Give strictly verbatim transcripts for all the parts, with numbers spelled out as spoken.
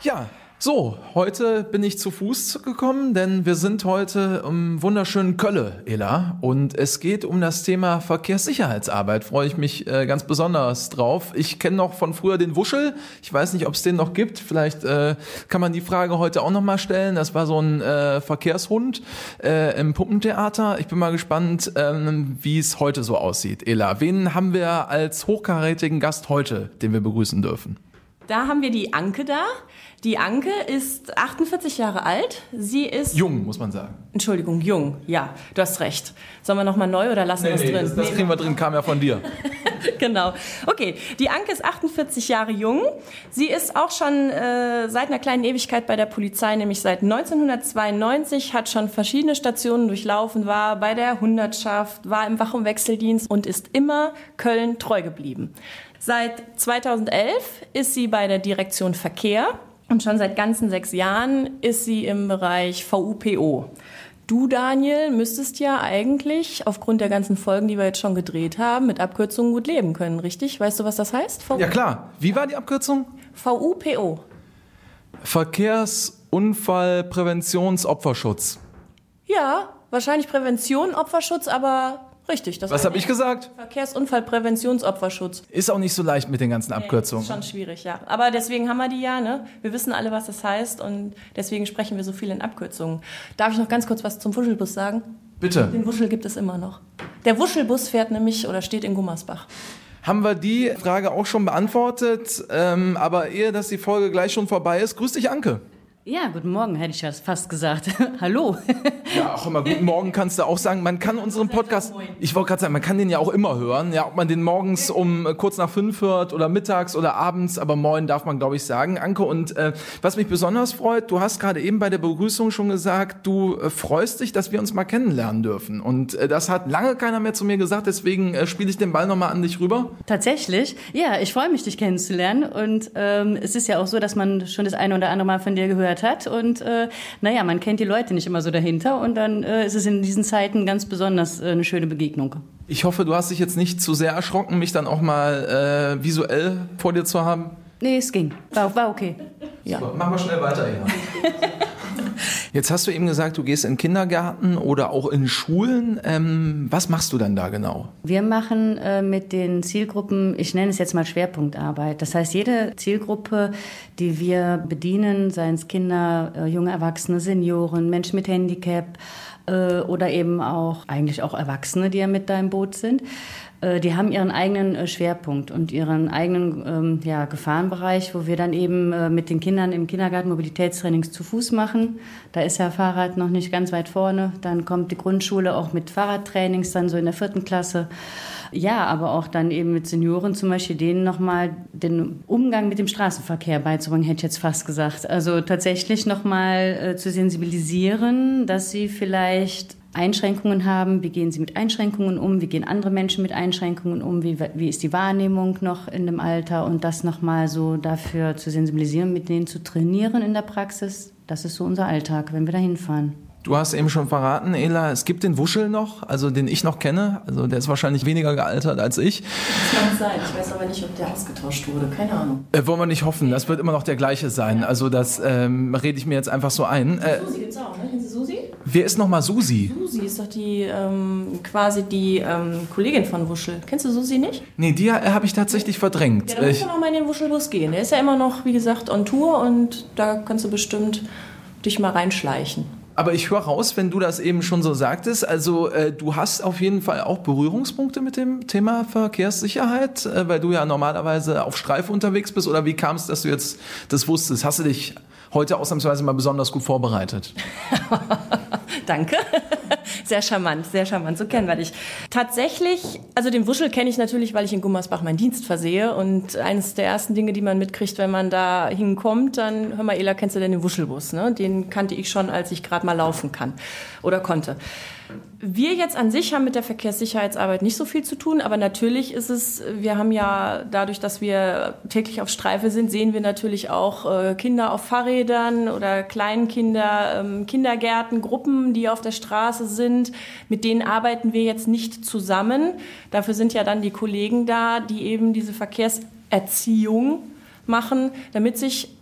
Ja, so, heute bin ich zu Fuß gekommen, denn wir sind heute im wunderschönen Kölle, Ela. Und es geht um das Thema Verkehrssicherheitsarbeit. Freue ich mich äh, ganz besonders drauf. Ich kenne noch von früher den Wuschel. Ich weiß nicht, ob es den noch gibt. Vielleicht äh, kann man die Frage heute auch noch mal stellen. Das war so ein äh, Verkehrshund äh, im Puppentheater. Ich bin mal gespannt, ähm, wie es heute so aussieht. Ela, wen haben wir als hochkarätigen Gast heute, den wir begrüßen dürfen? Da haben wir die Anke da. Die Anke ist achtundvierzig Jahre alt. Sie ist... Jung, muss man sagen. Entschuldigung, jung. Ja, du hast recht. Sollen wir nochmal neu oder lassen wir es nee, drin? Das, das kriegen wir drin, kam ja von dir. Genau. Okay, die Anke ist achtundvierzig Jahre jung. Sie ist auch schon äh, seit einer kleinen Ewigkeit bei der Polizei, nämlich seit neunzehnhundertzweiundneunzig, hat schon verschiedene Stationen durchlaufen, war bei der Hundertschaft, war im Wach- und Wechseldienst und ist immer Köln treu geblieben. Seit zweitausendelf ist sie bei der Direktion Verkehr und schon seit ganzen sechs Jahren ist sie im Bereich V U P O. Du, Daniel, müsstest ja eigentlich aufgrund der ganzen Folgen, die wir jetzt schon gedreht haben, mit Abkürzungen gut leben können, richtig? Weißt du, was das heißt? V U P O? Ja klar. Wie war die Abkürzung? V U P O. Verkehrsunfallpräventionsopferschutz. Ja, wahrscheinlich Prävention, Opferschutz, aber... Richtig. Das Was habe ich gesagt? Verkehrsunfallpräventionsopferschutz. Ist auch nicht so leicht mit den ganzen Abkürzungen. Nee, ist schon schwierig, ja. Aber deswegen haben wir die ja, ne? Wir wissen alle, was das heißt und deswegen sprechen wir so viel in Abkürzungen. Darf ich noch ganz kurz was zum Wuschelbus sagen? Bitte. Den Wuschel gibt es immer noch. Der Wuschelbus fährt nämlich oder steht in Gummersbach. Haben wir die Frage auch schon beantwortet, ähm, aber ehe, dass die Folge gleich schon vorbei ist, grüß dich, Anke. Ja, guten Morgen, hätte ich fast gesagt. Hallo. Ja, auch immer guten Morgen kannst du auch sagen. Man kann unseren Podcast, ich wollte gerade sagen, man kann den ja auch immer hören. Ja, ob man den morgens um äh, kurz nach fünf hört oder mittags oder abends, aber moin darf man, glaube ich, sagen. Anke, und äh, was mich besonders freut, du hast gerade eben bei der Begrüßung schon gesagt, du äh, freust dich, dass wir uns mal kennenlernen dürfen. Und äh, das hat lange keiner mehr zu mir gesagt, deswegen äh, spiele ich den Ball nochmal an dich rüber. Tatsächlich? Ja, ich freue mich, dich kennenzulernen. Und ähm, es ist ja auch so, dass man schon das eine oder andere Mal von dir gehört hat und äh, naja, man kennt die Leute nicht immer so dahinter und dann äh, ist es in diesen Zeiten ganz besonders äh, eine schöne Begegnung. Ich hoffe, du hast dich jetzt nicht zu sehr erschrocken, mich dann auch mal äh, visuell vor dir zu haben. Nee, es ging. War, war okay. Ja. So, machen wir schnell weiter, ja. Jetzt hast du eben gesagt, du gehst in Kindergärten oder auch in Schulen. Ähm, was machst du dann da genau? Wir machen äh, mit den Zielgruppen, ich nenne es jetzt mal Schwerpunktarbeit. Das heißt, jede Zielgruppe, die wir bedienen, seien es Kinder, äh, junge Erwachsene, Senioren, Menschen mit Handicap äh, oder eben auch eigentlich auch Erwachsene, die ja mit da im Boot sind, die haben ihren eigenen Schwerpunkt und ihren eigenen ähm, ja, Gefahrenbereich, wo wir dann eben äh, mit den Kindern im Kindergarten Mobilitätstrainings zu Fuß machen. Da ist ja Fahrrad noch nicht ganz weit vorne. Dann kommt die Grundschule auch mit Fahrradtrainings, dann so in der vierten Klasse. Ja, aber auch dann eben mit Senioren zum Beispiel, denen nochmal den Umgang mit dem Straßenverkehr beizubringen, hätte ich jetzt fast gesagt. Also tatsächlich nochmal äh, zu sensibilisieren, dass sie vielleicht Einschränkungen haben, wie gehen sie mit Einschränkungen um, wie gehen andere Menschen mit Einschränkungen um, wie, wie ist die Wahrnehmung noch in dem Alter und das nochmal so dafür zu sensibilisieren, mit denen zu trainieren in der Praxis, das ist so unser Alltag, wenn wir da hinfahren. Du hast eben schon verraten, Ela, es gibt den Wuschel noch, also den ich noch kenne, also der ist wahrscheinlich weniger gealtert als ich. Das kann sein, ich weiß aber nicht, ob der ausgetauscht wurde, keine Ahnung. Äh, wollen wir nicht hoffen, das wird immer noch der gleiche sein, also das ähm, rede ich mir jetzt einfach so ein. Äh, Susi gibt's auch, ne? Kennst du Susi? Wer ist nochmal Susi? Susi ist doch die, ähm, quasi die ähm, Kollegin von Wuschel. Kennst du Susi nicht? Nee, die äh, habe ich tatsächlich verdrängt. Ja, da musst du noch mal in den Wuschelbus gehen. Der ist ja immer noch, wie gesagt, on Tour und da kannst du bestimmt dich mal reinschleichen. Aber ich höre raus, wenn du das eben schon so sagtest, also äh, du hast auf jeden Fall auch Berührungspunkte mit dem Thema Verkehrssicherheit, äh, weil du ja normalerweise auf Streife unterwegs bist, oder wie kam es, dass du jetzt das wusstest? Hast du dich heute ausnahmsweise mal besonders gut vorbereitet? Danke. Sehr charmant, sehr charmant, so kennen wir dich. Tatsächlich, also den Wuschel kenne ich natürlich, weil ich in Gummersbach meinen Dienst versehe und eines der ersten Dinge, die man mitkriegt, wenn man da hinkommt, dann, hör mal, Ela, kennst du denn den Wuschelbus? Ne? Den kannte ich schon, als ich gerade mal laufen kann oder konnte. Wir jetzt an sich haben mit der Verkehrssicherheitsarbeit nicht so viel zu tun, aber natürlich ist es, wir haben ja dadurch, dass wir täglich auf Streife sind, sehen wir natürlich auch äh, Kinder auf Fahrrädern oder Kleinkinder, ähm, Kindergärten, Gruppen, die auf der Straße sind. Mit denen arbeiten wir jetzt nicht zusammen. Dafür sind ja dann die Kollegen da, die eben diese Verkehrserziehung machen, damit sich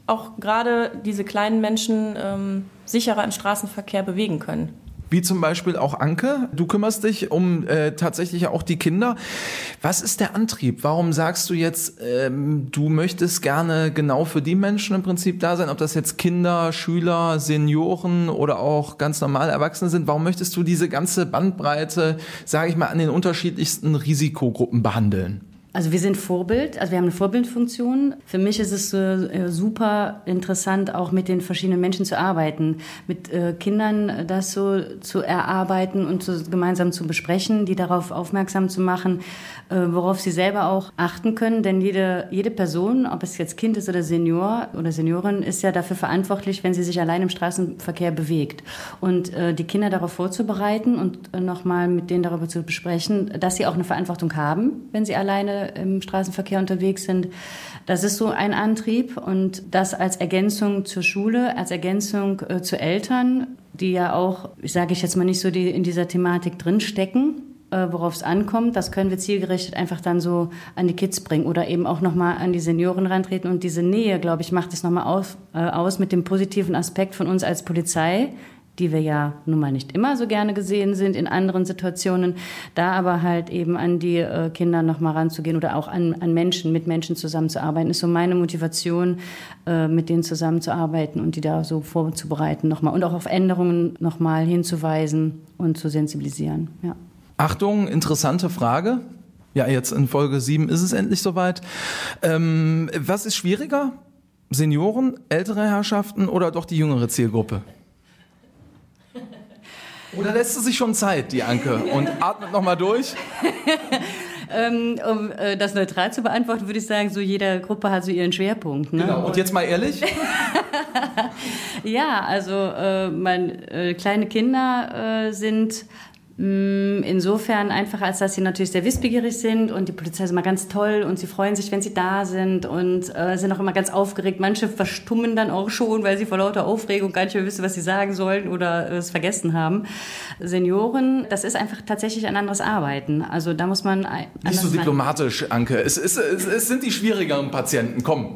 auch gerade diese kleinen Menschen ähm, sicherer im Straßenverkehr bewegen können. Wie zum Beispiel auch Anke. Du kümmerst dich um äh, tatsächlich auch die Kinder. Was ist der Antrieb? Warum sagst du jetzt, ähm, du möchtest gerne genau für die Menschen im Prinzip da sein, ob das jetzt Kinder, Schüler, Senioren oder auch ganz normal Erwachsene sind? Warum möchtest du diese ganze Bandbreite, sage ich mal, an den unterschiedlichsten Risikogruppen behandeln? Also wir sind Vorbild, also wir haben eine Vorbildfunktion. Für mich ist es äh, super interessant, auch mit den verschiedenen Menschen zu arbeiten, mit äh, Kindern das so zu erarbeiten und zu, gemeinsam zu besprechen, die darauf aufmerksam zu machen, äh, worauf sie selber auch achten können. Denn jede, jede Person, ob es jetzt Kind ist oder Senior oder Seniorin, ist ja dafür verantwortlich, wenn sie sich allein im Straßenverkehr bewegt. Und äh, die Kinder darauf vorzubereiten und äh, nochmal mit denen darüber zu besprechen, dass sie auch eine Verantwortung haben, wenn sie alleine im Straßenverkehr unterwegs sind. Das ist so ein Antrieb und das als Ergänzung zur Schule, als Ergänzung äh, zu Eltern, die ja auch, sage ich jetzt mal, nicht so die, in dieser Thematik drinstecken, äh, worauf es ankommt. Das können wir zielgerichtet einfach dann so an die Kids bringen oder eben auch nochmal an die Senioren rantreten. Und diese Nähe, glaube ich, macht es nochmal aus, äh, aus mit dem positiven Aspekt von uns als Polizei, die wir ja nun mal nicht immer so gerne gesehen sind in anderen Situationen, da aber halt eben an die äh, Kinder noch mal ranzugehen oder auch an, an Menschen, mit Menschen zusammenzuarbeiten, ist so meine Motivation, äh, mit denen zusammenzuarbeiten und die da so vorzubereiten noch mal und auch auf Änderungen noch mal hinzuweisen und zu sensibilisieren. Ja. Achtung, interessante Frage. Ja, jetzt in Folge sieben ist es endlich soweit. Ähm, was ist schwieriger? Senioren, ältere Herrschaften oder doch die jüngere Zielgruppe? Oder lässt es sich schon Zeit, die Anke, und atmet noch mal durch? ähm, um äh, das neutral zu beantworten, würde ich sagen, so jede Gruppe hat so ihren Schwerpunkt. Ne? Genau. Und jetzt mal ehrlich? Ja, also äh, mein, äh, kleine Kinder äh, sind insofern einfach, als dass sie natürlich sehr wissbegierig sind und die Polizei ist immer ganz toll und sie freuen sich, wenn sie da sind und äh, sind auch immer ganz aufgeregt. Manche verstummen dann auch schon, weil sie vor lauter Aufregung gar nicht mehr wissen, was sie sagen sollen oder äh, es vergessen haben. Senioren, das ist einfach tatsächlich ein anderes Arbeiten. Also da muss man... Nicht so diplomatisch, Anke. Es, es, es, es sind die schwierigeren Patienten. Komm.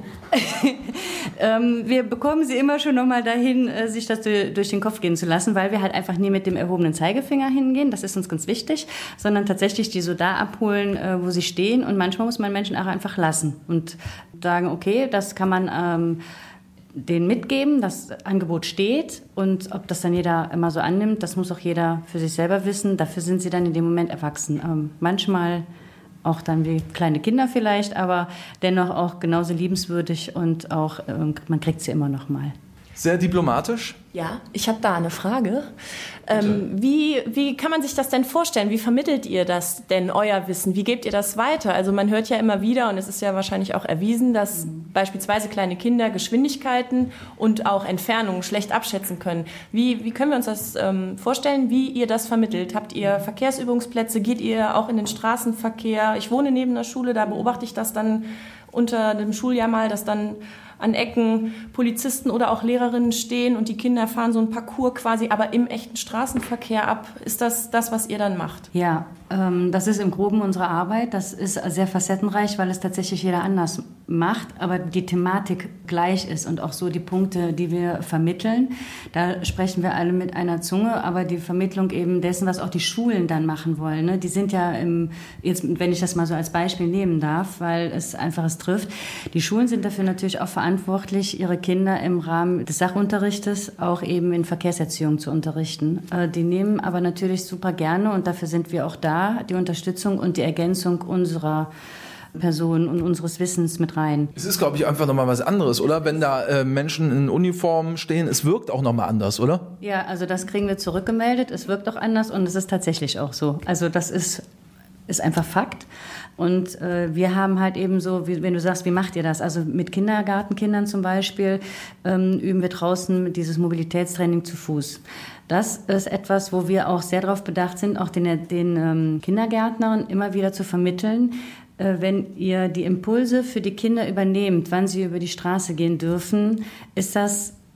ähm, wir bekommen sie immer schon noch mal dahin, äh, sich das durch den Kopf gehen zu lassen, weil wir halt einfach nie mit dem erhobenen Zeigefinger hingehen. Das ist uns ganz wichtig, sondern tatsächlich die so da abholen, äh, wo sie stehen. Und manchmal muss man Menschen auch einfach lassen und sagen, okay, das kann man ähm, denen mitgeben, das Angebot steht. Und ob das dann jeder immer so annimmt, das muss auch jeder für sich selber wissen. Dafür sind sie dann in dem Moment erwachsen. Ähm, manchmal auch dann wie kleine Kinder vielleicht, aber dennoch auch genauso liebenswürdig und auch, ähm, man kriegt sie immer noch mal. Sehr diplomatisch. Ja, ich habe da eine Frage. Ähm, wie, wie kann man sich das denn vorstellen? Wie vermittelt ihr das denn, euer Wissen? Wie gebt ihr das weiter? Also man hört ja immer wieder, und es ist ja wahrscheinlich auch erwiesen, dass mhm. beispielsweise kleine Kinder Geschwindigkeiten und auch Entfernungen schlecht abschätzen können. Wie, wie können wir uns das ähm, vorstellen, wie ihr das vermittelt? Habt ihr Verkehrsübungsplätze? Geht ihr auch in den Straßenverkehr? Ich wohne neben der Schule, da beobachte ich das dann unter dem Schuljahr mal, dass dann an Ecken Polizisten oder auch Lehrerinnen stehen und die Kinder fahren so ein Parcours quasi, aber im echten Straßenverkehr ab. Ist das das, was ihr dann macht? Ja, ähm, das ist im Groben unsere Arbeit. Das ist sehr facettenreich, weil es tatsächlich jeder anders macht, aber die Thematik gleich ist und auch so die Punkte, die wir vermitteln. Da sprechen wir alle mit einer Zunge, aber die Vermittlung eben dessen, was auch die Schulen dann machen wollen, ne? Die sind ja, im, jetzt, wenn ich das mal so als Beispiel nehmen darf, weil es einfach es trifft, die Schulen sind dafür natürlich auch verantwortlich, ihre Kinder im Rahmen des Sachunterrichtes auch eben in Verkehrserziehung zu unterrichten. Die nehmen aber natürlich super gerne, und dafür sind wir auch da, die Unterstützung und die Ergänzung unserer Personen und unseres Wissens mit rein. Es ist, glaube ich, einfach nochmal was anderes, oder? Wenn da äh, Menschen in Uniform stehen, es wirkt auch nochmal anders, oder? Ja, also das kriegen wir zurückgemeldet. Es wirkt auch anders und es ist tatsächlich auch so. Also das ist, ist einfach Fakt. Und äh, wir haben halt eben so, wie, wenn du sagst, wie macht ihr das? Also mit Kindergartenkindern zum Beispiel ähm, üben wir draußen dieses Mobilitätstraining zu Fuß. Das ist etwas, wo wir auch sehr darauf bedacht sind, auch den, den ähm, Kindergärtnern immer wieder zu vermitteln, äh, wenn ihr die Impulse für die Kinder übernehmt, wann sie über die Straße gehen dürfen, ist das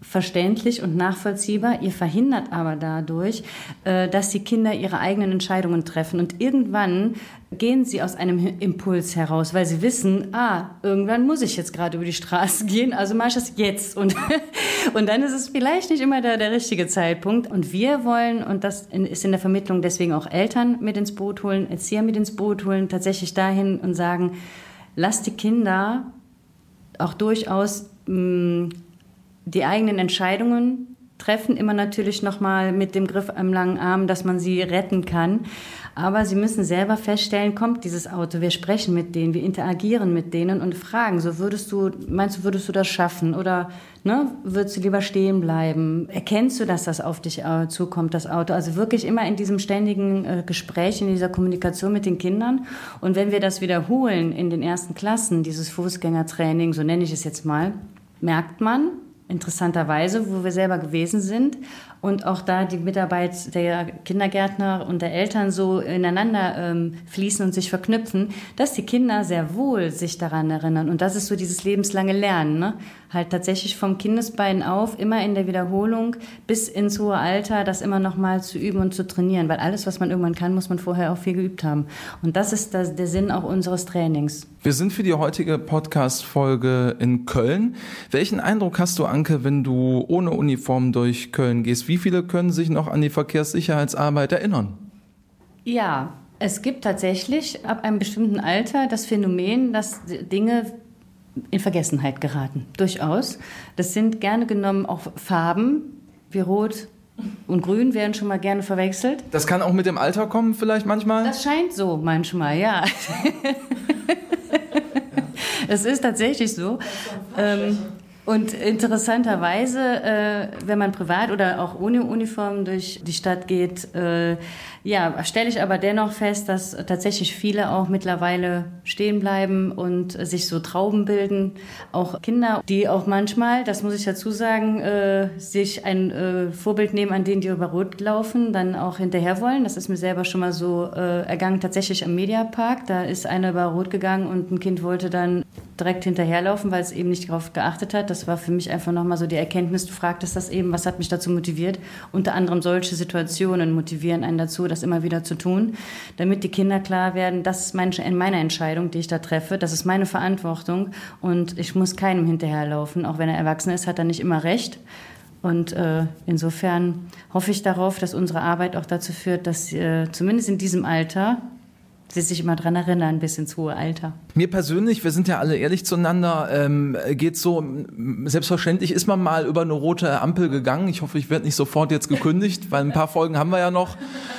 verständlich und nachvollziehbar. Ihr verhindert aber dadurch, dass die Kinder ihre eigenen Entscheidungen treffen. Und irgendwann gehen sie aus einem Impuls heraus, weil sie wissen, ah, irgendwann muss ich jetzt gerade über die Straße gehen, also mache ich das jetzt. Und, und dann ist es vielleicht nicht immer der, der richtige Zeitpunkt. Und wir wollen, und das ist in der Vermittlung deswegen auch Eltern mit ins Boot holen, Erzieher mit ins Boot holen, tatsächlich dahin und sagen, lasst die Kinder auch durchaus mh, die eigenen Entscheidungen treffen, immer natürlich nochmal mit dem Griff am langen Arm, dass man sie retten kann. Aber sie müssen selber feststellen, kommt dieses Auto, wir sprechen mit denen, wir interagieren mit denen und fragen, so würdest du, meinst du, würdest du das schaffen? Oder ne, würdest du lieber stehen bleiben? Erkennst du, dass das auf dich äh, zukommt, das Auto? Also wirklich immer in diesem ständigen äh, Gespräch, in dieser Kommunikation mit den Kindern. Und wenn wir das wiederholen in den ersten Klassen, dieses Fußgängertraining, so nenne ich es jetzt mal, merkt man, interessanterweise, wo wir selber gewesen sind und auch da die Mitarbeit der Kindergärtner und der Eltern so ineinander ähm, fließen und sich verknüpfen, dass die Kinder sehr wohl sich daran erinnern. Und das ist so dieses lebenslange Lernen, ne? Halt tatsächlich vom Kindesbein auf, immer in der Wiederholung bis ins hohe Alter, das immer noch mal zu üben und zu trainieren. Weil alles, was man irgendwann kann, muss man vorher auch viel geübt haben. Und das ist das, der Sinn auch unseres Trainings. Wir sind für die heutige Podcast-Folge in Köln. Welchen Eindruck hast du, Anke, wenn du ohne Uniform durch Köln gehst? Wie viele können sich noch an die Verkehrssicherheitsarbeit erinnern? Ja, es gibt tatsächlich ab einem bestimmten Alter das Phänomen, dass Dinge in Vergessenheit geraten. Durchaus. Das sind gerne genommen auch Farben wie Rot und Grün werden schon mal gerne verwechselt. Das kann auch mit dem Alter kommen vielleicht manchmal? Das scheint so manchmal, ja. Es ist tatsächlich so. Ähm, und interessanterweise, äh, wenn man privat oder auch ohne Uniform durch die Stadt geht, äh, ja, stelle ich aber dennoch fest, dass tatsächlich viele auch mittlerweile stehen bleiben und sich so Trauben bilden. Auch Kinder, die auch manchmal, das muss ich dazu sagen, äh, sich ein äh, Vorbild nehmen an denen, die über Rot laufen, dann auch hinterher wollen. Das ist mir selber schon mal so äh, ergangen, tatsächlich am Mediapark. Da ist einer über Rot gegangen und ein Kind wollte dann direkt hinterherlaufen, weil es eben nicht darauf geachtet hat. Das war für mich einfach nochmal so die Erkenntnis, du fragtest das eben, was hat mich dazu motiviert? Unter anderem solche Situationen motivieren einen dazu, das immer wieder zu tun, damit die Kinder klar werden, das ist meine Entscheidung, die ich da treffe, das ist meine Verantwortung und ich muss keinem hinterherlaufen, auch wenn er erwachsen ist, hat er nicht immer recht. Und äh, insofern hoffe ich darauf, dass unsere Arbeit auch dazu führt, dass äh, zumindest in diesem Alter sie sich immer dran erinnern, bis ins hohe Alter. Mir persönlich, wir sind ja alle ehrlich zueinander, ähm, geht so, selbstverständlich ist man mal über eine rote Ampel gegangen. Ich hoffe, ich werde nicht sofort jetzt gekündigt, weil ein paar Folgen haben wir ja noch.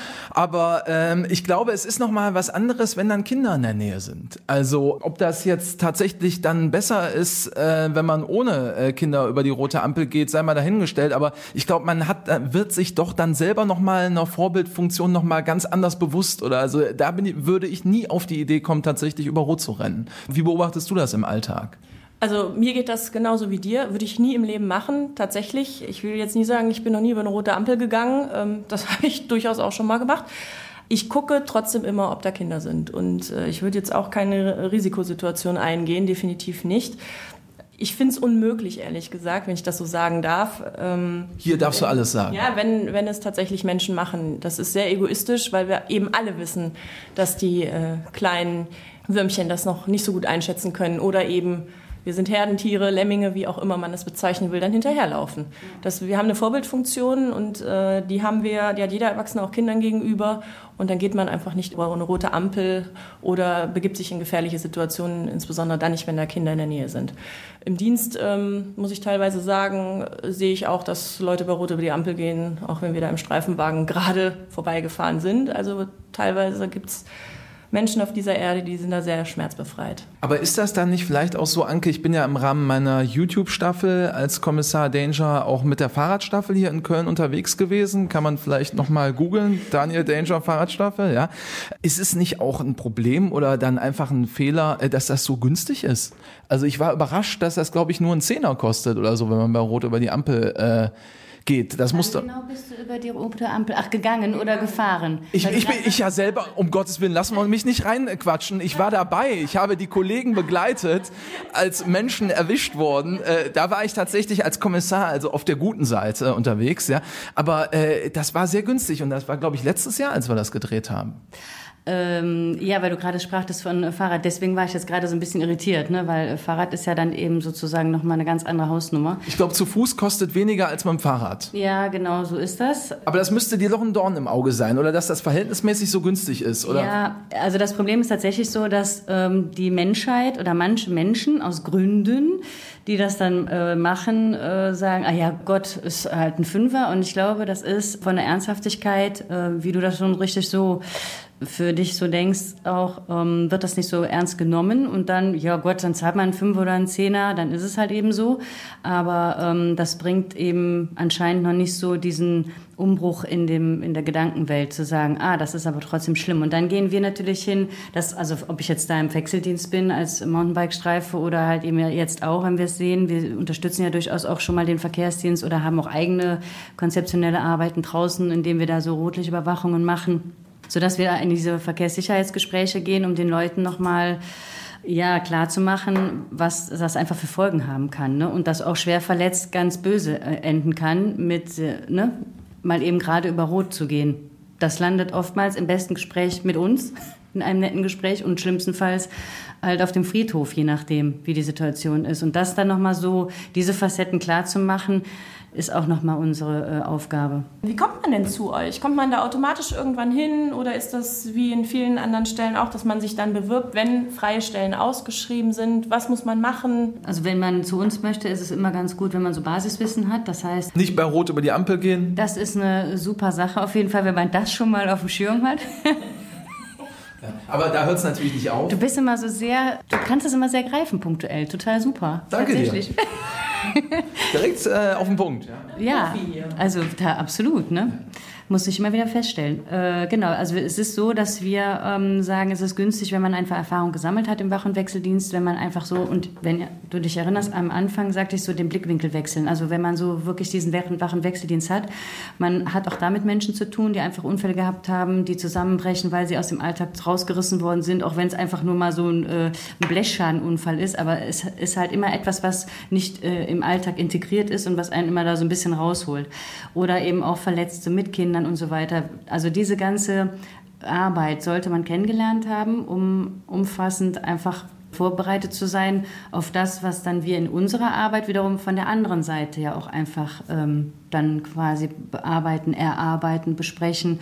Aber ähm, ich glaube, es ist noch mal was anderes, wenn dann Kinder in der Nähe sind. Also ob das jetzt tatsächlich dann besser ist, äh, wenn man ohne äh, Kinder über die rote Ampel geht, sei mal dahingestellt. Aber ich glaube, man hat, wird sich doch dann selber noch mal in einer Vorbildfunktion noch mal ganz anders bewusst. Oder also da bin ich, würde ich nie auf die Idee kommen, tatsächlich über Rot zu rennen. Wie beobachtest du das im Alltag? Also mir geht das genauso wie dir, würde ich nie im Leben machen, tatsächlich. Ich will jetzt nie sagen, ich bin noch nie über eine rote Ampel gegangen, das habe ich durchaus auch schon mal gemacht. Ich gucke trotzdem immer, ob da Kinder sind und ich würde jetzt auch keine Risikosituation eingehen, definitiv nicht. Ich finde es unmöglich, ehrlich gesagt, wenn ich das so sagen darf. Hier darfst du alles sagen. Ja, wenn, wenn es tatsächlich Menschen machen. Das ist sehr egoistisch, weil wir eben alle wissen, dass die äh, kleinen Würmchen das noch nicht so gut einschätzen können oder eben wir sind Herdentiere, Lemminge, wie auch immer man es bezeichnen will, dann hinterherlaufen. Das, wir haben eine Vorbildfunktion und äh, die haben wir, die hat jeder Erwachsene auch Kindern gegenüber. Und dann geht man einfach nicht über eine rote Ampel oder begibt sich in gefährliche Situationen, insbesondere dann nicht, wenn da Kinder in der Nähe sind. Im Dienst, ähm, muss ich teilweise sagen, sehe ich auch, dass Leute bei Rot über die Ampel gehen, auch wenn wir da im Streifenwagen gerade vorbeigefahren sind. Also teilweise gibt's Menschen auf dieser Erde, die sind da sehr schmerzbefreit. Aber ist das dann nicht vielleicht auch so, Anke, ich bin ja im Rahmen meiner YouTube-Staffel als Kommissar Danger auch mit der Fahrradstaffel hier in Köln unterwegs gewesen. Kann man vielleicht nochmal googeln, Daniel Danger Fahrradstaffel, ja. Ist es nicht auch ein Problem oder dann einfach ein Fehler, dass das so günstig ist? Also ich war überrascht, dass das, glaube ich, nur einen Zehner kostet oder so, wenn man bei Rot über die Ampel äh, geht. Das musste. Genau bist du über die rote Ampel, ach, gegangen oder gefahren? Ich, ich, bin, ich ja selber, um Gottes Willen, lassen wir mich nicht reinquatschen. Ich war dabei. Ich habe die Kollegen begleitet, als Menschen erwischt wurden. Äh, da war ich tatsächlich als Kommissar, also auf der guten Seite unterwegs. Ja. Aber äh, das war sehr günstig und das war, glaube ich, letztes Jahr, als wir das gedreht haben. Ähm, ja, weil du gerade sprachtest von äh, Fahrrad, deswegen war ich jetzt gerade so ein bisschen irritiert, ne? Weil äh, Fahrrad ist ja dann eben sozusagen nochmal eine ganz andere Hausnummer. Ich glaube, zu Fuß kostet weniger als mit dem Fahrrad. Ja, genau, so ist das. Aber das müsste dir doch ein Dorn im Auge sein, oder dass das verhältnismäßig so günstig ist, oder? Ja, also das Problem ist tatsächlich so, dass ähm, die Menschheit oder manche Menschen aus Gründen, die das dann äh, machen, äh, sagen, ah ja, Gott ist halt ein Fünfer. Und ich glaube, das ist von der Ernsthaftigkeit, äh, wie du das schon richtig so für dich so denkst, auch ähm, wird das nicht so ernst genommen und dann, ja Gott, dann zahlt man einen Fünfer oder einen Zehner, dann ist es halt eben so. Aber ähm, das bringt eben anscheinend noch nicht so diesen Umbruch in dem in der Gedankenwelt zu sagen, ah, das ist aber trotzdem schlimm. Und dann gehen wir natürlich hin, dass, also ob ich jetzt da im Wechseldienst bin als Mountainbike-Streife oder halt eben jetzt auch, wenn wir es sehen, wir unterstützen ja durchaus auch schon mal den Verkehrsdienst oder haben auch eigene konzeptionelle Arbeiten draußen, indem wir da so Rotlichtüberwachungen machen, sodass wir in diese Verkehrssicherheitsgespräche gehen, um den Leuten nochmal ja, klar zu machen, was das einfach für Folgen haben kann. Ne? Und dass auch schwer verletzt ganz böse enden kann, mit ne, mal eben gerade über Rot zu gehen. Das landet oftmals im besten Gespräch mit uns, in einem netten Gespräch und schlimmstenfalls halt auf dem Friedhof, je nachdem, wie die Situation ist. Und das dann nochmal so, diese Facetten klar zu machen, ist auch nochmal unsere äh, Aufgabe. Wie kommt man denn zu euch? Kommt man da automatisch irgendwann hin oder ist das wie in vielen anderen Stellen auch, dass man sich dann bewirbt, wenn freie Stellen ausgeschrieben sind? Was muss man machen? Also wenn man zu uns möchte, ist es immer ganz gut, wenn man so Basiswissen hat. Das heißt... Nicht bei Rot über die Ampel gehen? Das ist eine super Sache auf jeden Fall, wenn man das schon mal auf dem Schirm hat. Ja, aber da hört es natürlich nicht auf. Du bist immer so sehr... Du kannst es immer sehr greifen, punktuell. Total super. Danke dir. Direkt äh, auf den Punkt. Ja, also da, absolut, ne? Muss ich immer wieder feststellen. Äh, genau, also es ist so, dass wir ähm, sagen, es ist günstig, wenn man einfach Erfahrung gesammelt hat im Wach- und Wechseldienst, wenn man einfach so, und wenn du dich erinnerst, am Anfang sagte ich so, den Blickwinkel wechseln. Also wenn man so wirklich diesen Wach- und Wechseldienst hat, man hat auch damit Menschen zu tun, die einfach Unfälle gehabt haben, die zusammenbrechen, weil sie aus dem Alltag rausgerissen worden sind, auch wenn es einfach nur mal so ein, äh, ein Blechschadenunfall ist, aber es ist halt immer etwas, was nicht äh, im Alltag integriert ist und was einen immer da so ein bisschen rausholt. Oder eben auch Verletzte mit Kindern und so weiter. Also diese ganze Arbeit sollte man kennengelernt haben, um umfassend einfach vorbereitet zu sein auf das, was dann wir in unserer Arbeit wiederum von der anderen Seite ja auch einfach ähm, dann quasi bearbeiten, erarbeiten, besprechen.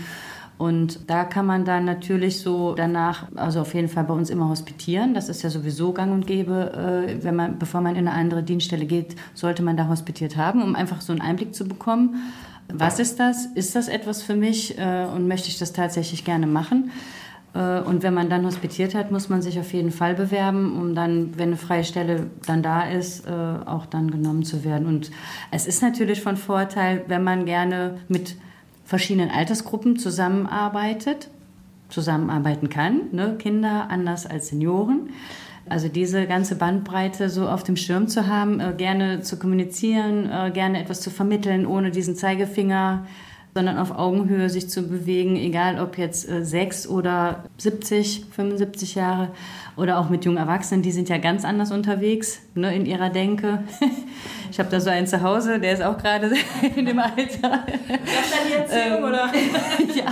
Und da kann man dann natürlich so danach, also auf jeden Fall bei uns immer hospitieren. Das ist ja sowieso gang und gäbe, äh, wenn man, bevor man in eine andere Dienststelle geht, sollte man da hospitiert haben, um einfach so einen Einblick zu bekommen. Was ist das? Ist das etwas für mich äh, und möchte ich das tatsächlich gerne machen? Äh, und wenn man dann hospitiert hat, muss man sich auf jeden Fall bewerben, um dann, wenn eine freie Stelle dann da ist, äh, auch dann genommen zu werden. Und es ist natürlich von Vorteil, wenn man gerne mit verschiedenen Altersgruppen zusammenarbeitet, zusammenarbeiten kann, ne? Kinder anders als Senioren. Also diese ganze Bandbreite so auf dem Schirm zu haben, äh, gerne zu kommunizieren, äh, gerne etwas zu vermitteln, ohne diesen Zeigefinger, sondern auf Augenhöhe sich zu bewegen, egal ob jetzt äh, sechs oder siebzig, fünfundsiebzig Jahre oder auch mit jungen Erwachsenen, die sind ja ganz anders unterwegs, ne, in ihrer Denke. Ich habe da so einen zu Hause, der ist auch gerade in dem Alter. Das dann die Erziehung, ähm, oder? Ja.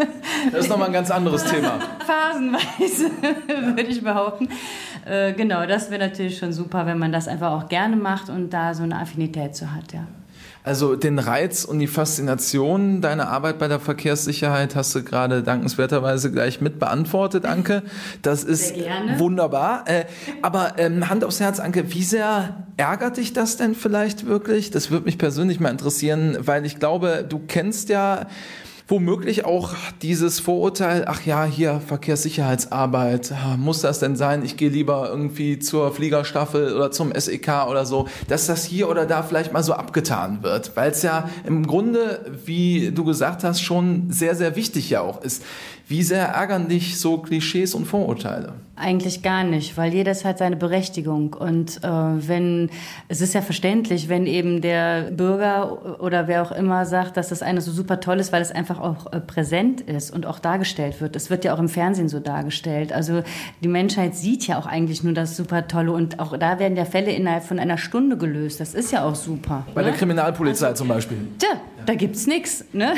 Das ist nochmal ein ganz anderes Thema. Phasenweise, würde ich behaupten. Äh, genau, das wäre natürlich schon super, wenn man das einfach auch gerne macht und da so eine Affinität zu hat, ja. Also den Reiz und die Faszination deiner Arbeit bei der Verkehrssicherheit hast du gerade dankenswerterweise gleich mit beantwortet, Anke. Das ist wunderbar. Äh, aber ähm, Hand aufs Herz, Anke, wie sehr ärgert dich das denn vielleicht wirklich? Das würde mich persönlich mal interessieren, weil ich glaube, du kennst ja Womöglich auch dieses Vorurteil, ach ja, hier Verkehrssicherheitsarbeit, muss das denn sein? Ich gehe lieber irgendwie zur Fliegerstaffel oder zum S E K oder so, dass das hier oder da vielleicht mal so abgetan wird, weil es ja im Grunde, wie du gesagt hast, schon sehr, sehr wichtig ja auch ist. Wie sehr ärgern dich so Klischees und Vorurteile? Eigentlich gar nicht, weil jedes hat seine Berechtigung. Und äh, wenn, es ist ja verständlich, wenn eben der Bürger oder wer auch immer sagt, dass das eine so super toll ist, weil es einfach auch äh, präsent ist und auch dargestellt wird. Es wird ja auch im Fernsehen so dargestellt. Also die Menschheit sieht ja auch eigentlich nur das super Tolle und auch da werden ja Fälle innerhalb von einer Stunde gelöst. Das ist ja auch super. Bei ne? der Kriminalpolizei also, zum Beispiel. Tja, da gibt's nichts. Ne?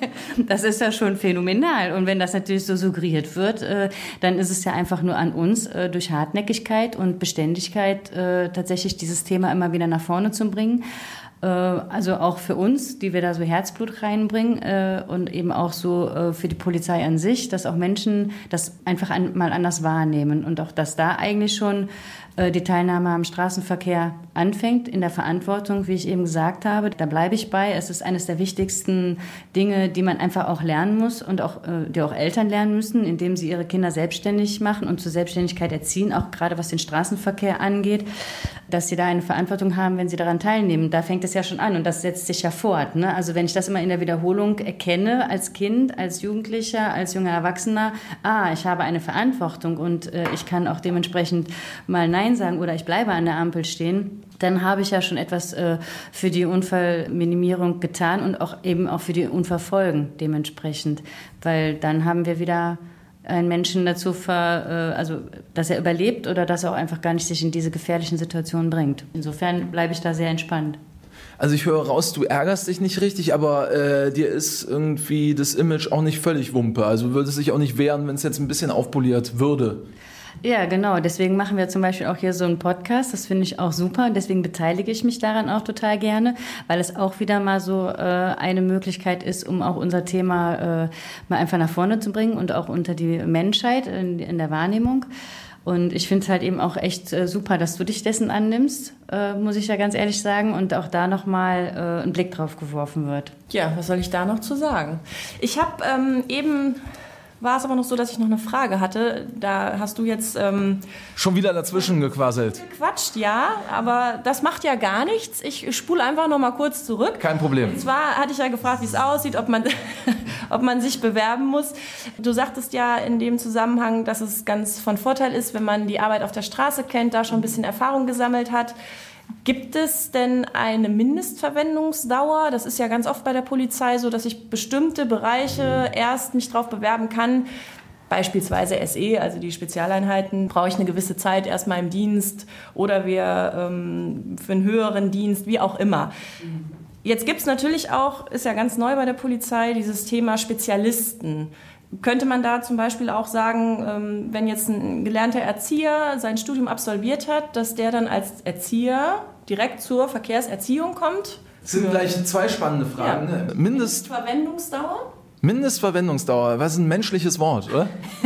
Das ist ja schon phänomenal. Und wenn das natürlich so suggeriert wird, äh, dann ist es ja einfach nur an uns, äh, durch Hartnäckigkeit und Beständigkeit äh, tatsächlich dieses Thema immer wieder nach vorne zu bringen. Äh, also auch für uns, die wir da so Herzblut reinbringen äh, und eben auch so äh, für die Polizei an sich, dass auch Menschen das einfach an, mal anders wahrnehmen und auch, dass da eigentlich schon äh, die Teilnahme am Straßenverkehr anfängt, in der Verantwortung, wie ich eben gesagt habe. Da bleibe ich bei. Es ist eines der wichtigsten Dinge, die man einfach auch lernen muss und auch, äh, die auch Eltern lernen müssen, indem sie ihre Kinder selbstständig machen und zur Selbstständigkeit erziehen, auch gerade was den Straßenverkehr angeht, dass sie da eine Verantwortung haben, wenn sie daran teilnehmen. Da fängt es ja schon an und das setzt sich ja fort. Ne? Also wenn ich das immer in der Wiederholung erkenne, als Kind, als Jugendlicher, als junger Erwachsener, ah, ich habe eine Verantwortung und äh, ich kann auch dementsprechend mal Nein sagen oder ich bleibe an der Ampel stehen, dann habe ich ja schon etwas äh, für die Unfallminimierung getan und auch eben auch für die Unfallfolgen dementsprechend. Weil dann haben wir wieder einen Menschen dazu, ver, äh, also dass er überlebt oder dass er auch einfach gar nicht sich in diese gefährlichen Situationen bringt. Insofern bleibe ich da sehr entspannt. Also ich höre raus, du ärgerst dich nicht richtig, aber äh, dir ist irgendwie das Image auch nicht völlig Wumpe. Also würdest dich auch nicht wehren, wenn es jetzt ein bisschen aufpoliert würde. Ja, genau. Deswegen machen wir zum Beispiel auch hier so einen Podcast. Das finde ich auch super. Deswegen beteilige ich mich daran auch total gerne, weil es auch wieder mal so äh, eine Möglichkeit ist, um auch unser Thema äh, mal einfach nach vorne zu bringen und auch unter die Menschheit in, in der Wahrnehmung. Und ich finde es halt eben auch echt äh, super, dass du dich dessen annimmst, äh, muss ich ja ganz ehrlich sagen, und auch da nochmal äh, ein Blick drauf geworfen wird. Ja, was soll ich da noch zu sagen? Ich habe ähm, eben... war es aber noch so, dass ich noch eine Frage hatte. Da hast du jetzt... Ähm, Schon wieder dazwischen gequasselt. Gequatscht, ja, aber das macht ja gar nichts. Ich spule einfach noch mal kurz zurück. Kein Problem. Und zwar hatte ich ja gefragt, wie es aussieht, ob man, ob man sich bewerben muss. Du sagtest ja in dem Zusammenhang, dass es ganz von Vorteil ist, wenn man die Arbeit auf der Straße kennt, da schon ein bisschen Erfahrung gesammelt hat. Gibt es denn eine Mindestverwendungsdauer? Das ist ja ganz oft bei der Polizei so, dass ich bestimmte Bereiche erst mich drauf bewerben kann. Beispielsweise S E, also die Spezialeinheiten, brauche ich eine gewisse Zeit erstmal im Dienst oder wir ähm, für einen höheren Dienst, wie auch immer. Jetzt gibt es natürlich auch, ist ja ganz neu bei der Polizei, dieses Thema Spezialisten. Könnte man da zum Beispiel auch sagen, wenn jetzt ein gelernter Erzieher sein Studium absolviert hat, dass der dann als Erzieher direkt zur Verkehrserziehung kommt? Das sind gleich zwei spannende Fragen. Ja. Ne? Mindest Verwendungsdauer? Mindestverwendungsdauer, was ist ein menschliches Wort, oder?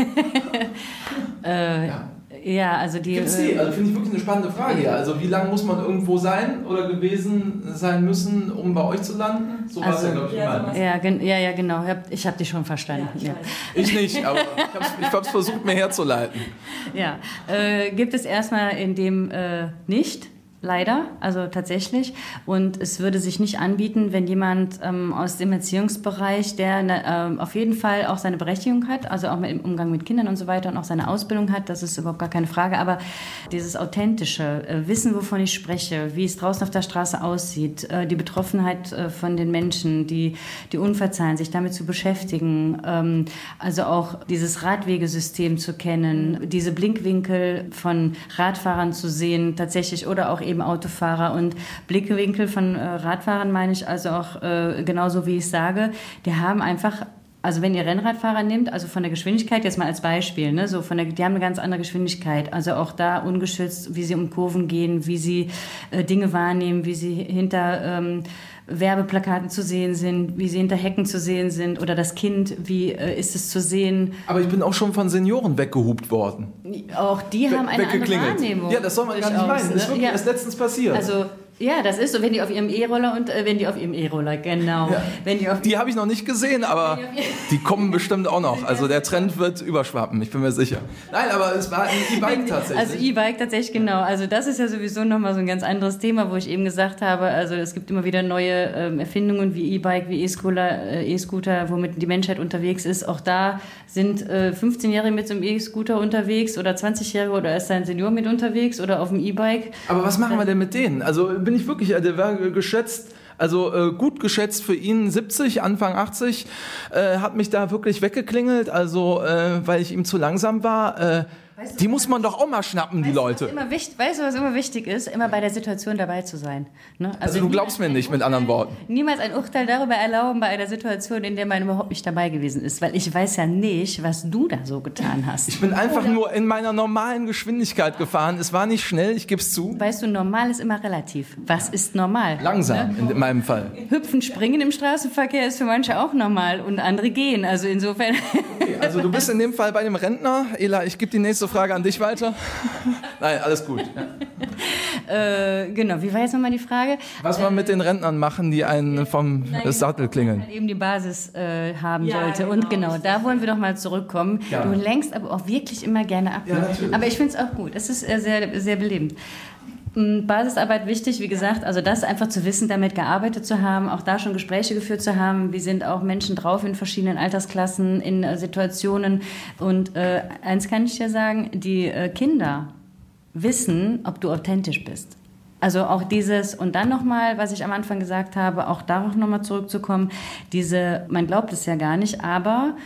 äh, ja. Ja, also die... Gibt's die? Also finde ich wirklich eine spannende Frage. Ja. Also wie lange muss man irgendwo sein oder gewesen sein müssen, um bei euch zu landen? So war es ja, glaube ich, ja, gemeint. Ja, ja, ja, genau. Ich habe dich schon verstanden. Ja, ich, ich nicht, aber ich habe es versucht, mir herzuleiten. Ja, äh, gibt es erstmal in dem äh, nicht. Leider, also tatsächlich. Und es würde sich nicht anbieten, wenn jemand ähm, aus dem Erziehungsbereich, der ne, ähm, auf jeden Fall auch seine Berechtigung hat, also auch mit, im Umgang mit Kindern und so weiter und auch seine Ausbildung hat, das ist überhaupt gar keine Frage, aber dieses authentische, äh, Wissen, wovon ich spreche, wie es draußen auf der Straße aussieht, äh, die Betroffenheit äh, von den Menschen, die, die unverzeihen, sich damit zu beschäftigen, ähm, also auch dieses Radwegesystem zu kennen, diese Blinkwinkel von Radfahrern zu sehen, tatsächlich, oder auch eben Autofahrer und Blickwinkel von äh, Radfahrern meine ich also auch äh, genauso wie ich sage, die haben einfach, also wenn ihr Rennradfahrer nehmt, also von der Geschwindigkeit, jetzt mal als Beispiel, ne, so von der, die haben eine ganz andere Geschwindigkeit, also auch da ungeschützt, wie sie um Kurven gehen, wie sie äh, Dinge wahrnehmen, wie sie hinter ähm, Werbeplakaten zu sehen sind, wie sie hinter Hecken zu sehen sind oder das Kind, wie äh, ist es zu sehen. Aber ich bin auch schon von Senioren weggehupt worden. Auch die haben eine andere Wahrnehmung. Ja, das soll man gar nicht meinen. Das ist wirklich ja. erst letztens passiert. Also Ja, das ist so, wenn die auf ihrem E-Roller und äh, wenn die auf ihrem E-Roller, genau. Ja. Wenn die auf Die habe ich noch nicht gesehen, aber die kommen bestimmt auch noch. Also der Trend wird überschwappen, ich bin mir sicher. Nein, aber es war ein E-Bike tatsächlich. Also E-Bike tatsächlich, genau. Also das ist ja sowieso nochmal so ein ganz anderes Thema, wo ich eben gesagt habe, also es gibt immer wieder neue ähm, Erfindungen wie E-Bike, wie E-Scooter, äh, E-Scooter, womit die Menschheit unterwegs ist. Auch da sind äh, fünfzehnjährige mit so einem E-Scooter unterwegs oder zwanzigjährige oder ist da ein Senior mit unterwegs oder auf dem E-Bike. Aber was machen wir denn mit denen? Also bin ich wirklich, der war geschätzt, also äh, gut geschätzt für ihn, siebzig, Anfang achtzig, äh, hat mich da wirklich weggeklingelt, also äh, weil ich ihm zu langsam war. Äh, weißt du, die muss man doch auch mal schnappen, die Leute. Was immer wichtig, weißt du, was immer wichtig ist? Immer bei der Situation dabei zu sein. Ne? Also, also du glaubst mir nicht, mit anderen Worten. Niemals ein Urteil darüber erlauben bei einer Situation, in der man überhaupt nicht dabei gewesen ist. Weil ich weiß ja nicht, was du da so getan hast. Ich bin einfach Oder nur in meiner normalen Geschwindigkeit gefahren. Es war nicht schnell, ich gebe es zu. Weißt du, normal ist immer relativ. Was ist normal? Langsam, ne? in, in meinem Fall. Hüpfen, springen im Straßenverkehr ist für manche auch normal und andere gehen. Also insofern... Okay, also du bist in dem Fall bei dem Rentner. Ela, ich gebe die nächste Frage an dich weiter. Nein, alles gut. Ja. Äh, genau, wie war jetzt nochmal die Frage? Was man äh, mit den Rentnern machen, die einen vom nein, Sattel klingeln. Halt eben die Basis äh, haben ja, sollte. Genau. Und genau, da wollen wir doch mal zurückkommen. Ja. Du lenkst aber auch wirklich immer gerne ab. Ja, aber ich finde es auch gut. Es ist äh, sehr, sehr belebend. Basisarbeit wichtig, wie gesagt, also das einfach zu wissen, damit gearbeitet zu haben, auch da schon Gespräche geführt zu haben, wie sind auch Menschen drauf in verschiedenen Altersklassen, in äh, Situationen. Und äh, eins kann ich dir sagen, die äh, Kinder wissen, ob du authentisch bist. Also auch dieses, und dann nochmal, was ich am Anfang gesagt habe, auch darauf nochmal zurückzukommen, diese, man glaubt es ja gar nicht, aber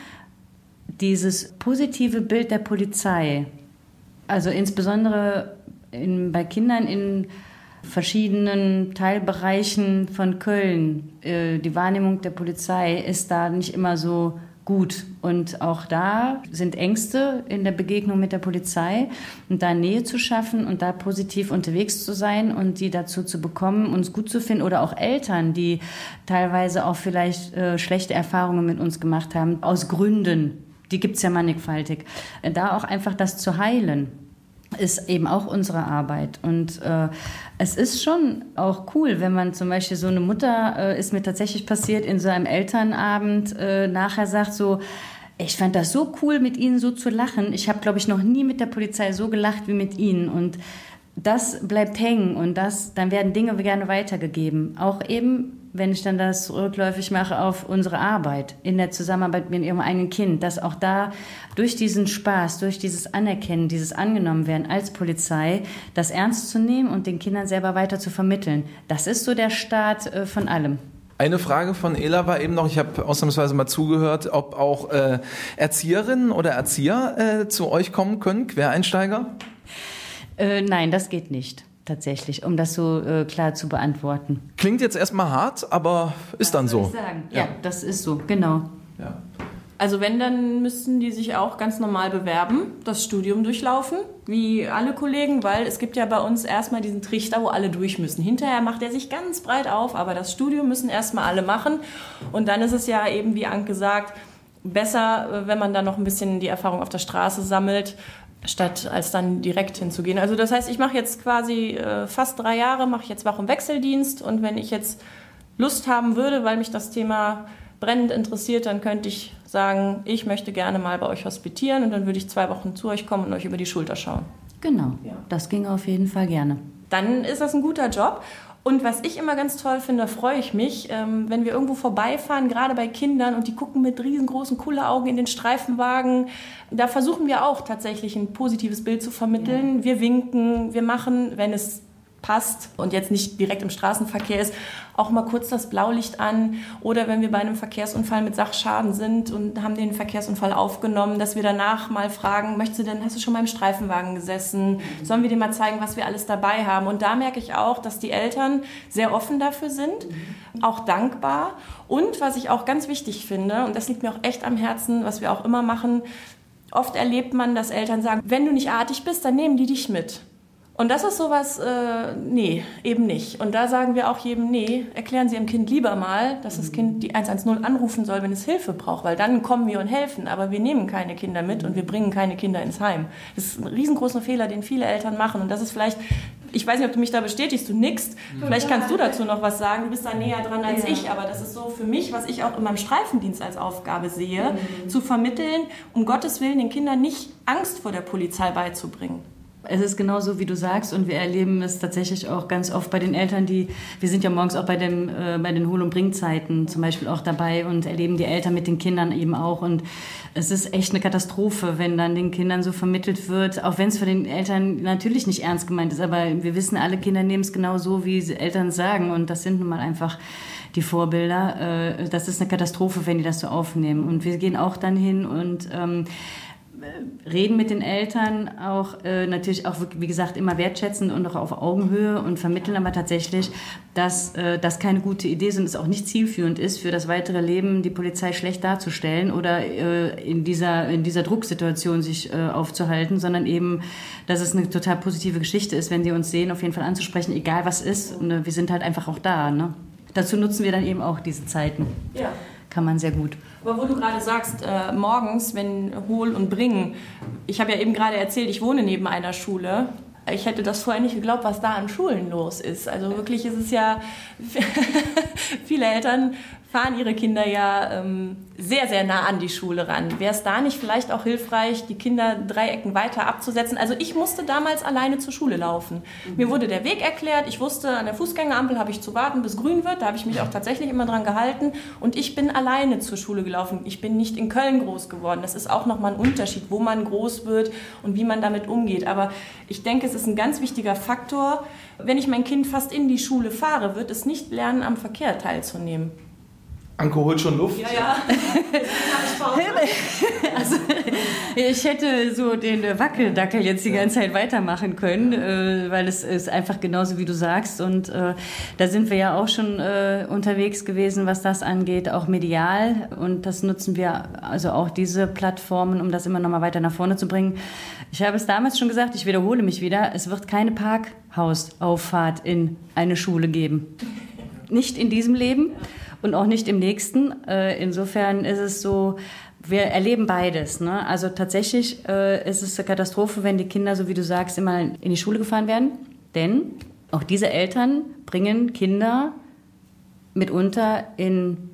dieses positive Bild der Polizei, also insbesondere In, bei Kindern in verschiedenen Teilbereichen von Köln, äh, die Wahrnehmung der Polizei ist da nicht immer so gut. Und auch da sind Ängste in der Begegnung mit der Polizei und da Nähe zu schaffen und da positiv unterwegs zu sein und die dazu zu bekommen, uns gut zu finden. Oder auch Eltern, die teilweise auch vielleicht äh, schlechte Erfahrungen mit uns gemacht haben, aus Gründen. Die gibt es ja mannigfaltig. Da auch einfach das zu heilen, ist eben auch unsere Arbeit. Und äh, es ist schon auch cool, wenn man zum Beispiel so eine Mutter, äh, ist mir tatsächlich passiert, in so einem Elternabend äh, nachher sagt so, ich fand das so cool, mit Ihnen so zu lachen. Ich habe, glaube ich, noch nie mit der Polizei so gelacht wie mit Ihnen. Und das bleibt hängen und das, dann werden Dinge gerne weitergegeben. Auch eben, wenn ich dann das rückläufig mache auf unsere Arbeit, in der Zusammenarbeit mit ihrem eigenen Kind, dass auch da durch diesen Spaß, durch dieses Anerkennen, dieses Angenommenwerden als Polizei, das ernst zu nehmen und den Kindern selber weiter zu vermitteln. Das ist so der Start äh, von allem. Eine Frage von Ela war eben noch, ich habe ausnahmsweise mal zugehört, ob auch äh, Erzieherinnen oder Erzieher äh, zu euch kommen können, Quereinsteiger? Äh, nein, das geht nicht, tatsächlich, um das so äh, klar zu beantworten. Klingt jetzt erstmal hart, aber ist dann so. Was soll ich sagen? Ja, ja, das ist so, genau. Ja. Also wenn, dann müssten die sich auch ganz normal bewerben, das Studium durchlaufen, wie alle Kollegen, weil es gibt ja bei uns erstmal diesen Trichter, wo alle durch müssen. Hinterher macht er sich ganz breit auf, aber das Studium müssen erstmal alle machen. Und dann ist es ja eben, wie Anke sagt, besser, wenn man dann noch ein bisschen die Erfahrung auf der Straße sammelt, statt als dann direkt hinzugehen. Also das heißt, ich mache jetzt quasi äh, fast drei Jahre, mache ich jetzt Wach- und Wechseldienst und wenn ich jetzt Lust haben würde, weil mich das Thema brennend interessiert, dann könnte ich sagen, ich möchte gerne mal bei euch hospitieren und dann würde ich zwei Wochen zu euch kommen und euch über die Schulter schauen. Genau, ja. Das ging auf jeden Fall gerne. Dann ist das ein guter Job. Und was ich immer ganz toll finde, freue ich mich, ähm, wenn wir irgendwo vorbeifahren, gerade bei Kindern und die gucken mit riesengroßen Kulleraugen in den Streifenwagen. Da versuchen wir auch tatsächlich ein positives Bild zu vermitteln. Ja. Wir winken, wir machen, wenn es passt und jetzt nicht direkt im Straßenverkehr ist, auch mal kurz das Blaulicht an oder wenn wir bei einem Verkehrsunfall mit Sachschaden sind und haben den Verkehrsunfall aufgenommen, dass wir danach mal fragen, möchtest du denn, hast du schon mal im Streifenwagen gesessen? Sollen wir dir mal zeigen, was wir alles dabei haben? Und da merke ich auch, dass die Eltern sehr offen dafür sind, auch dankbar und was ich auch ganz wichtig finde, und das liegt mir auch echt am Herzen, was wir auch immer machen, oft erlebt man, dass Eltern sagen, wenn du nicht artig bist, dann nehmen die dich mit. Und das ist sowas, äh, nee, eben nicht. Und da sagen wir auch jedem, nee, erklären Sie Ihrem Kind lieber mal, dass das Kind die eins eins null anrufen soll, wenn es Hilfe braucht, weil dann kommen wir und helfen. Aber wir nehmen keine Kinder mit und wir bringen keine Kinder ins Heim. Das ist ein riesengroßer Fehler, den viele Eltern machen. Und das ist vielleicht Ich weiß nicht, ob du mich da bestätigst, du nickst. Vielleicht kannst du dazu noch was sagen, du bist da näher dran als ja. ich, aber das ist so für mich, was ich auch in meinem Streifendienst als Aufgabe sehe, mhm. zu vermitteln, um Gottes Willen den Kindern nicht Angst vor der Polizei beizubringen. Es ist genauso, wie du sagst, und wir erleben es tatsächlich auch ganz oft bei den Eltern, die, wir sind ja morgens auch bei, dem, äh, bei den Hol- und Bringzeiten zum Beispiel auch dabei und erleben die Eltern mit den Kindern eben auch, und es ist echt eine Katastrophe, wenn dann den Kindern so vermittelt wird, auch wenn es für den Eltern natürlich nicht ernst gemeint ist, aber wir wissen, alle Kinder nehmen es genau so, wie sie Eltern sagen, und das sind nun mal einfach die Vorbilder. Äh, das ist eine Katastrophe, wenn die das so aufnehmen, und wir gehen auch dann hin und ähm, reden mit den Eltern, auch äh, natürlich auch, wie gesagt, immer wertschätzend und auch auf Augenhöhe, und vermitteln aber tatsächlich, dass äh, das keine gute Idee ist und es auch nicht zielführend ist, für das weitere Leben die Polizei schlecht darzustellen oder äh, in dieser, in dieser Drucksituation sich äh, aufzuhalten, sondern eben, dass es eine total positive Geschichte ist, wenn sie uns sehen, auf jeden Fall anzusprechen, egal was ist. Und, äh, wir sind halt einfach auch da. Ne? Dazu nutzen wir dann eben auch diese Zeiten. Ja. Kann man sehr gut. Aber wo du gerade sagst, äh, morgens, wenn Hol- und Bringen, ich habe ja eben gerade erzählt, ich wohne neben einer Schule. Ich hätte das vorher nicht geglaubt, was da an Schulen los ist. Also wirklich ist es ja, viele Eltern fahren ihre Kinder ja ähm, sehr, sehr nah an die Schule ran. Wäre es da nicht vielleicht auch hilfreich, die Kinder drei Ecken weiter abzusetzen? Also ich musste damals alleine zur Schule laufen. Mhm. Mir wurde der Weg erklärt. Ich wusste, an der Fußgängerampel habe ich zu warten, bis grün wird. Da habe ich mich auch tatsächlich immer dran gehalten. Und ich bin alleine zur Schule gelaufen. Ich bin nicht in Köln groß geworden. Das ist auch nochmal ein Unterschied, wo man groß wird und wie man damit umgeht. Aber ich denke, es ist ein ganz wichtiger Faktor. Wenn ich mein Kind fast in die Schule fahre, wird es nicht lernen, am Verkehr teilzunehmen. Anke holt schon Luft. Ja, ja. Also, ich hätte so den Wackeldackel jetzt die ganze Zeit weitermachen können, äh, weil es ist einfach genauso, wie du sagst. Und äh, da sind wir ja auch schon äh, unterwegs gewesen, was das angeht, auch medial. Und das nutzen wir, also auch diese Plattformen, um das immer noch mal weiter nach vorne zu bringen. Ich habe es damals schon gesagt, ich wiederhole mich wieder, es wird keine Parkhausauffahrt in eine Schule geben. Nicht in diesem Leben. Und auch nicht im nächsten. Insofern ist es so, wir erleben beides. Ne? Also tatsächlich ist es eine Katastrophe, wenn die Kinder, so wie du sagst, immer in die Schule gefahren werden. Denn auch diese Eltern bringen Kinder mitunter in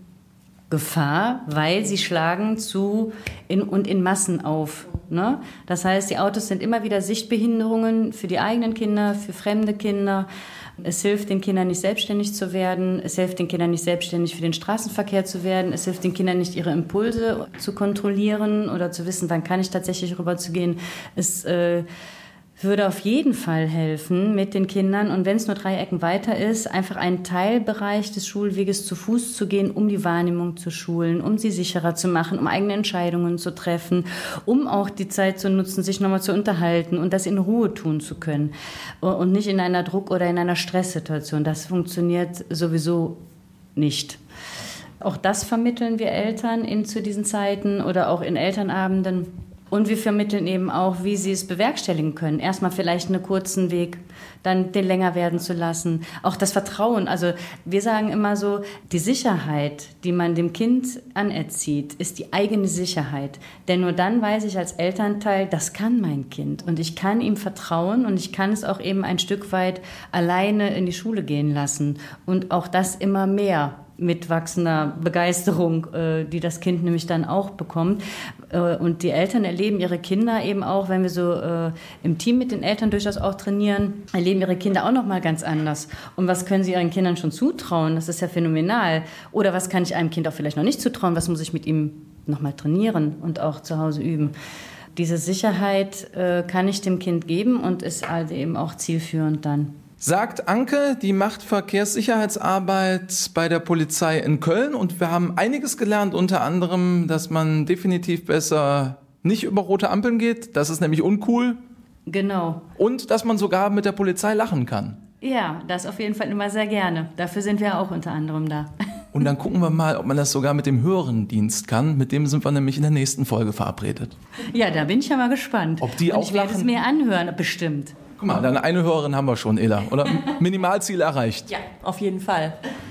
Gefahr, weil sie schlagen zu in, und in Massen auf. Ne? Das heißt, die Autos sind immer wieder Sichtbehinderungen für die eigenen Kinder, für fremde Kinder. Es hilft den Kindern nicht, selbstständig zu werden. Es hilft den Kindern nicht, selbstständig für den Straßenverkehr zu werden. Es hilft den Kindern nicht, ihre Impulse zu kontrollieren oder zu wissen, wann kann ich tatsächlich rüberzugehen. Es äh, würde auf jeden Fall helfen mit den Kindern. Und wenn es nur drei Ecken weiter ist, einfach einen Teilbereich des Schulweges zu Fuß zu gehen, um die Wahrnehmung zu schulen, um sie sicherer zu machen, um eigene Entscheidungen zu treffen, um auch die Zeit zu nutzen, sich nochmal zu unterhalten und das in Ruhe tun zu können und nicht in einer Druck- oder in einer Stresssituation. Das funktioniert sowieso nicht. Auch das vermitteln wir Eltern in, zu diesen Zeiten oder auch in Elternabenden. Und wir vermitteln eben auch, wie sie es bewerkstelligen können. Erstmal vielleicht einen kurzen Weg, dann den länger werden zu lassen. Auch das Vertrauen. Also wir sagen immer so, die Sicherheit, die man dem Kind anerzieht, ist die eigene Sicherheit. Denn nur dann weiß ich als Elternteil, das kann mein Kind. Und ich kann ihm vertrauen und ich kann es auch eben ein Stück weit alleine in die Schule gehen lassen. Und auch das immer mehr. Mit wachsender Begeisterung, äh, die das Kind nämlich dann auch bekommt. Äh, und die Eltern erleben ihre Kinder eben auch, wenn wir so äh, im Team mit den Eltern durchaus auch trainieren, erleben ihre Kinder auch noch mal ganz anders. Und was können sie ihren Kindern schon zutrauen? Das ist ja phänomenal. Oder was kann ich einem Kind auch vielleicht noch nicht zutrauen? Was muss ich mit ihm noch mal trainieren und auch zu Hause üben? Diese Sicherheit äh, kann ich dem Kind geben und ist also eben auch zielführend dann. Sagt Anke, die macht Verkehrssicherheitsarbeit bei der Polizei in Köln, und wir haben einiges gelernt, unter anderem, dass man definitiv besser nicht über rote Ampeln geht, das ist nämlich uncool. Genau. Und dass man sogar mit der Polizei lachen kann. Ja, das auf jeden Fall immer sehr gerne. Dafür sind wir auch unter anderem da. Und dann gucken wir mal, ob man das sogar mit dem höheren Dienst kann. Mit dem sind wir nämlich in der nächsten Folge verabredet. Ja, da bin ich ja mal gespannt. Ob die Und auch ich werde lachen? es mir anhören, bestimmt. Guck mal, dann eine Hörerin haben wir schon, Ela. Oder Minimalziel erreicht. Ja, auf jeden Fall.